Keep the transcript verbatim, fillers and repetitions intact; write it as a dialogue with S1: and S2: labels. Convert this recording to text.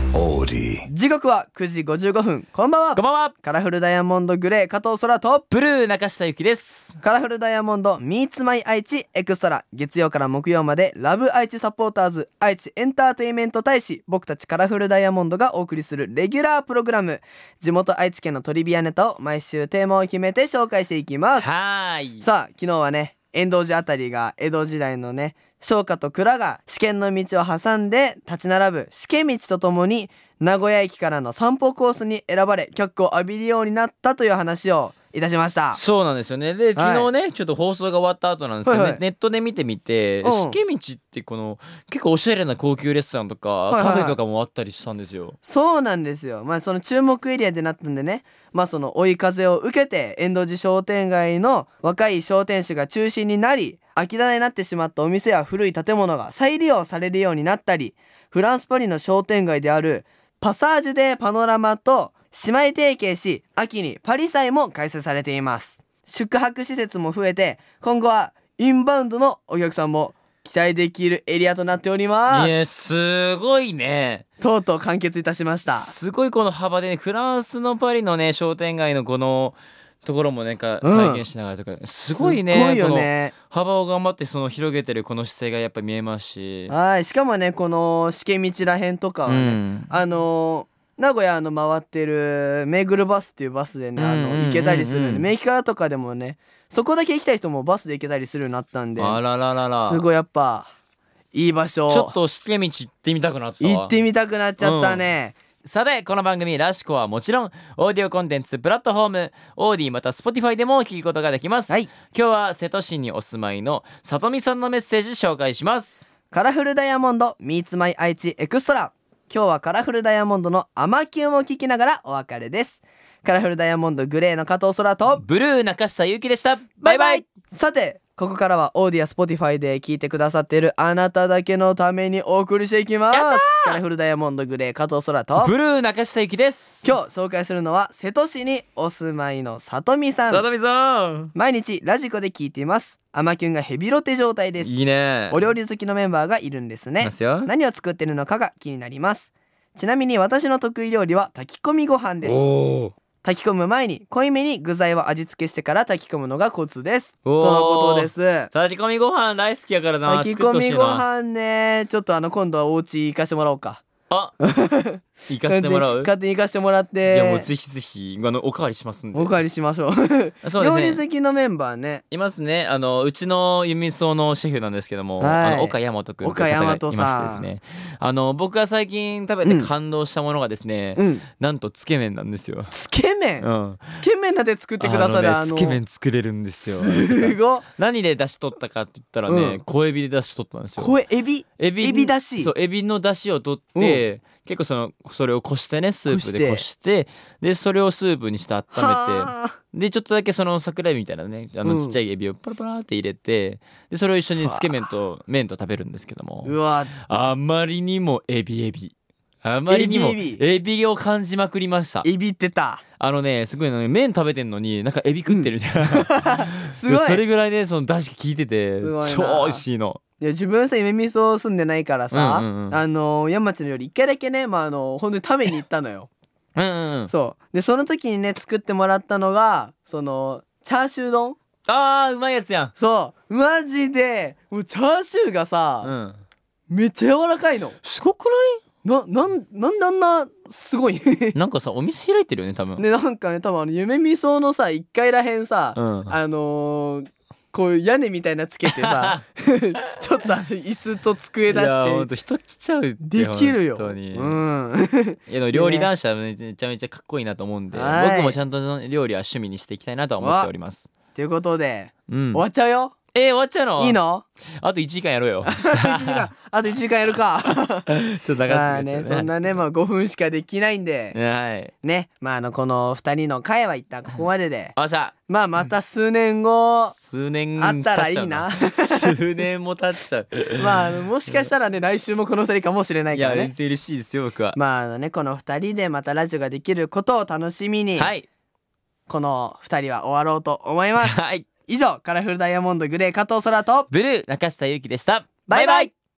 S1: オーディ。
S2: 時刻はくじごじゅうごふん。こんばんは。
S3: こんばんは。
S2: カラフルダイヤモンドグレー加藤空と
S3: ブルー中下ゆきです。
S2: カラフルダイヤモンド Meets My 愛知エクストラ、月曜から木曜までラブ愛知サポーターズ愛知エンターテインメント大使、僕たちカラフルダイヤモンドがお送りするレギュラープログラム。地元愛知県のトリビアネタを毎週テーマを決めて紹介していきます。
S3: はーい。
S2: さあ、昨日はね、円道寺あたりが江戸時代のね、商家と蔵が試験の道を挟んで立ち並ぶ試験道とともに名古屋駅からの散歩コースに選ばれ脚光を浴びるようになったという話をいたしました。
S3: そうなんですよね。で、昨日ね、はい、ちょっと放送が終わった後なんですけど、
S2: はいはい、
S3: ネットで見てみて、うん、試験道ってこの結構おしゃれな高級レストランとか、はいはいはい、カフェとかもあったりしたんですよ。
S2: そうなんですよ。まあその注目エリアでなったんでね、まあその追い風を受けて円道寺商店街の若い商店主が中心になり、空き棚になってしまったお店や古い建物が再利用されるようになったり、フランスパリの商店街であるパサージュ・デ・パノラマと姉妹提携し、秋にパリ祭も開催されています。宿泊施設も増えて、今後はインバウンドのお客さんも期待できるエリアとなっております。
S3: いや、すごいね。
S2: とうとう完結いたしました。
S3: すごいこの幅でね、フランスのパリのね商店街のこのところもなんか再現しながらとか、うん、すごいね。
S2: すごいよね。
S3: この幅を頑張ってその広げてるこの姿勢がやっぱ見えますし、
S2: はい。しかもね、この試験道らへんとかはね、うん、あの名古屋の回ってるメーグルバスっていうバスでね、あの行けたりするんで、名駅からとかでもね、そこだけ行きたい人もバスで行けたりするようになったんで、
S3: あらららら、
S2: すごいやっぱいい場所。
S3: ちょっと試験道行ってみたくなったわ。
S2: 行ってみたくなっちゃったね。
S3: うん、さて、この番組ラシコはもちろんオーディオコンテンツプラットフォームオーディまた Spotify でも聞くことができます。はい、今日は瀬戸市にお住まいのさとみさんのメッセージ紹介します。
S2: カラフルダイヤモンド Meets My 愛知エクストラ。今日はカラフルダイヤモンドのアマキュンを聞きながらお別れです。カラフルダイヤモンドグレーの加藤空と
S3: ブルー中下ゆうきでした。バイバイ。
S2: さて、ここからはオーディや Spotify で聞いてくださっているあなただけのためにお送りしていきます。カラフルダイヤモンドグレー加藤空と
S3: ブルー中下ゆきです。
S2: 今日紹介するのは瀬戸市にお住まいのさとみさん。
S3: さとみさん、
S2: 毎日ラジコで聞いています。アマキュンがヘビロテ状態です。
S3: いいね。
S2: お料理好きのメンバーがいるんですね。何を作ってるのかが気になります。ちなみに私の得意料理は炊き込みご飯です。お炊き込む前に濃いめに具材を味付けしてから炊き込むのがコツですとのことです。
S3: 炊き込みご飯大好きやからな。
S2: 炊き込みご飯ね、ちょっとあの今度はお家行かしてもらおうか。
S3: あ行かせてもらう。
S2: 勝手に行かしてもらって、
S3: じゃあもうぜひぜひあのおかわりしますんで。
S2: おかわりしましょう。そうですね、料理好きのメンバーね
S3: いますね。あのうちのユミソのシェフなんですけども、はい、あの岡大和くんという方がいましてですね、あの僕が最近食べて感動したものがですね、うん、なんとつけ麺なんですよ。
S2: つけ麺、うん、つけ麺なんて作ってくださる。あの、ね、
S3: つけ麺作れるんですよ。
S2: すごい。
S3: 何で出汁取ったかって言ったらね、うん、小エビで出汁取ったんですよ。
S2: 小エビ
S3: エビ
S2: エビ出汁。
S3: そう、エビの出汁を取って、うん、結構そのそれをこしてね、スープでこしてでそれをスープにして温めて、でちょっとだけその桜エビみたいなね、あのちっちゃいエビをパラパラって入れて、でそれを一緒につけ麺と麺と食べるんですけども、うわ、あまりにもエビエビあまりにもエビを感じまくりました。
S2: エビってた。
S3: あのね、すごいのね、麺食べてんのになんかエビ食ってるみたいな、うん、すごい。それぐらいね、その出汁効いてて超美味しいの。
S2: いや、自分さ夢味噌住んでないからさ、うんうんうん、あの山町の料理一回だけね、まあ、あの本当に食べに行ったのよ。うんうんうん、そうでその時にね作ってもらったのがそのチャーシュー丼。
S3: あー、うまいやつやん。
S2: そうマジでもうチャーシューがさ、うん、めっちゃ柔らかいの。
S3: すごくない？
S2: な、なん、なんであんなすごい
S3: なんかさ、お店開いてるよね多分。
S2: でなんかね、多分あの夢味噌のさいっかいらへんさ、うん、あのーこういう屋根みたいなつけてさちょっとあの椅子と机出して、いや
S3: ほんと人来ちゃうって
S2: できるよ
S3: 本当に、
S2: うん、
S3: いや料理男子はめちゃめちゃかっこいいなと思うんで、僕もちゃんと料理は趣味にしていきたいなとは思っております。
S2: ということで、うん、終わっちゃうよ。
S3: えー、終わっちゃうの？い
S2: いの？
S3: あといちじかんやろうよ。
S2: あといちじかんやるか。
S3: ちょっと長くなっちゃうね。
S2: まあね、そんなね、まあごふんしかできないんで、はい、ね、まああのこのふたりの会は一旦ここまでで、
S3: おっしゃ。
S2: まあまた数年後
S3: 数年
S2: あったらいいな。
S3: 数年も経っちゃう。
S2: まああのもしかしたらね来週もこのふたりかもしれないからね。
S3: いや全然嬉しいですよ僕は。
S2: まああのねこのふたりでまたラジオができることを楽しみに、はい、このふたりは終わろうと思います。はい。以上カラフルダイヤモンドグレー加藤空と
S3: ブルー中下ゆうきでした。
S2: バイバイ。